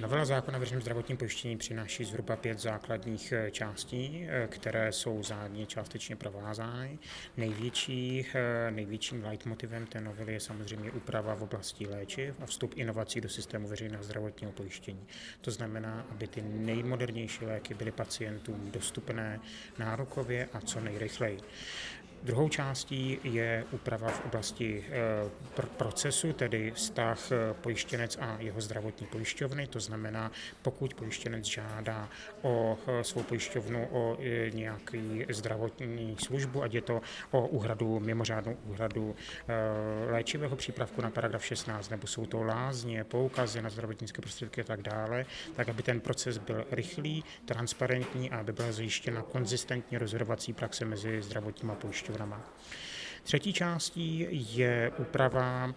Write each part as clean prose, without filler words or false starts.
Novela zákona o veřejném zdravotním pojištění přináší zhruba 5 základních částí, které jsou vzájemně částečně provázány. Největším leitmotivem té novely je samozřejmě úprava v oblasti léčiv a vstup inovací do systému veřejného zdravotního pojištění. To znamená, aby ty nejmodernější léky byly pacientům dostupné nárokově a co nejrychleji. Druhou částí je úprava v oblasti procesu, tedy vztah pojištěnec a jeho zdravotní pojišťovny. To znamená, pokud pojištěnec žádá o svou pojišťovnu o nějaký zdravotní službu, ať je to o úhradu, mimořádnou úhradu léčivého přípravku na paragraf 16, nebo jsou to lázně, poukazy na zdravotnické prostředky a tak dále, tak aby ten proces byl rychlý, transparentní a aby byla zajištěna konzistentní rozhodovací praxe mezi zdravotníma pojišťovnami. Třetí částí je úprava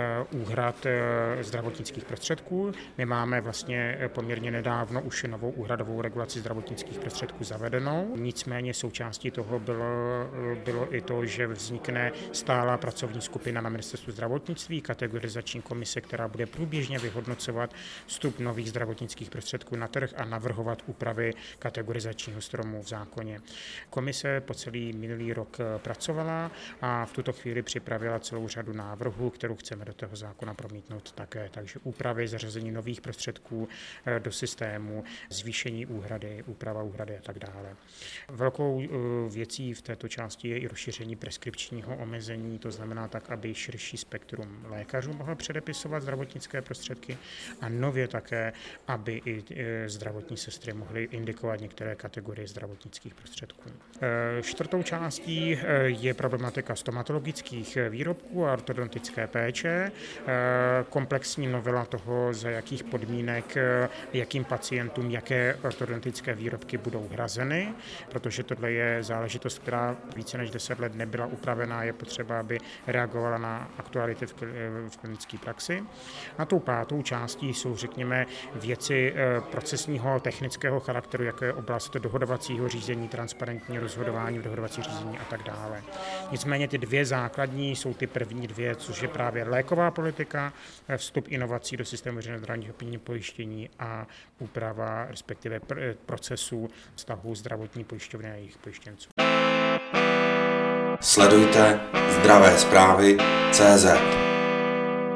úhrad zdravotnických prostředků. My máme vlastně poměrně nedávno už novou úhradovou regulaci zdravotnických prostředků zavedenou. Nicméně součástí toho bylo i to, že vznikne stálá pracovní skupina na Ministerstvu zdravotnictví, kategorizační komise, která bude průběžně vyhodnocovat vstup nových zdravotnických prostředků na trh a navrhovat úpravy kategorizačního stromu v zákoně. Komise po celý minulý rok pracovala a v tuto chvíli připravila celou řadu návrhů, kterou chceme do toho zákona promítnout také. Takže úpravy, zařazení nových prostředků do systému, zvýšení úhrady, úprava úhrady a tak dále. Velkou věcí v této části je i rozšíření preskripčního omezení, to znamená tak, aby širší spektrum lékařů mohl předepisovat zdravotnické prostředky a nově také, aby i zdravotní sestry mohly indikovat některé kategorie zdravotnických prostředků. Čtvrtou částí je problematika stomatologických výrobků a ortodontické péče, komplexní novela toho, za jakých podmínek, jakým pacientům, jaké ortodontické výrobky budou hrazeny, protože tohle je záležitost, která více než 10 let nebyla upravená, je potřeba, aby reagovala na aktuality v klinické praxi. A tou pátou částí jsou, řekněme, věci procesního technického charakteru, jako je oblast dohodovacího řízení, transparentní rozhodování v dohodovací řízení a tak dále. Nicméně ty dvě základní jsou ty první dvě, což je právě léková politika, vstup inovací do systému veřejného zdravotního pojištění a úprava, respektive procesu vztahu zdravotní pojišťovny a jejich pojištěnců. Sledujte zdravé zprávy.cz